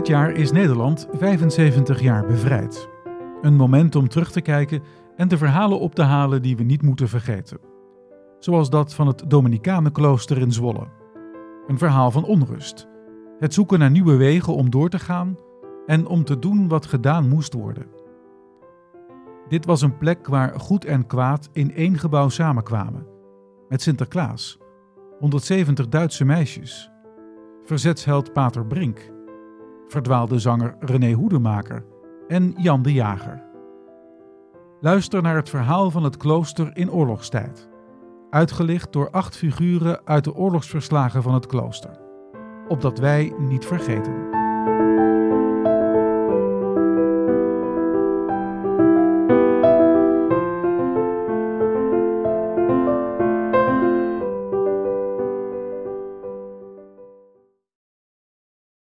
Dit jaar is Nederland 75 jaar bevrijd. Een moment om terug te kijken en de verhalen op te halen die we niet moeten vergeten. Zoals dat van het Dominicanenklooster in Zwolle. Een verhaal van onrust. Het zoeken naar nieuwe wegen om door te gaan en om te doen wat gedaan moest worden. Dit was een plek waar goed en kwaad in één gebouw samenkwamen. Met Sinterklaas, 170 Duitse meisjes, verzetsheld Pater Brink, verdwaalde zanger René Hoedemaker en Jan de Jager. Luister naar het verhaal van het klooster in oorlogstijd. Uitgelicht door 8 figuren uit de oorlogsverslagen van het klooster. Opdat wij niet vergeten.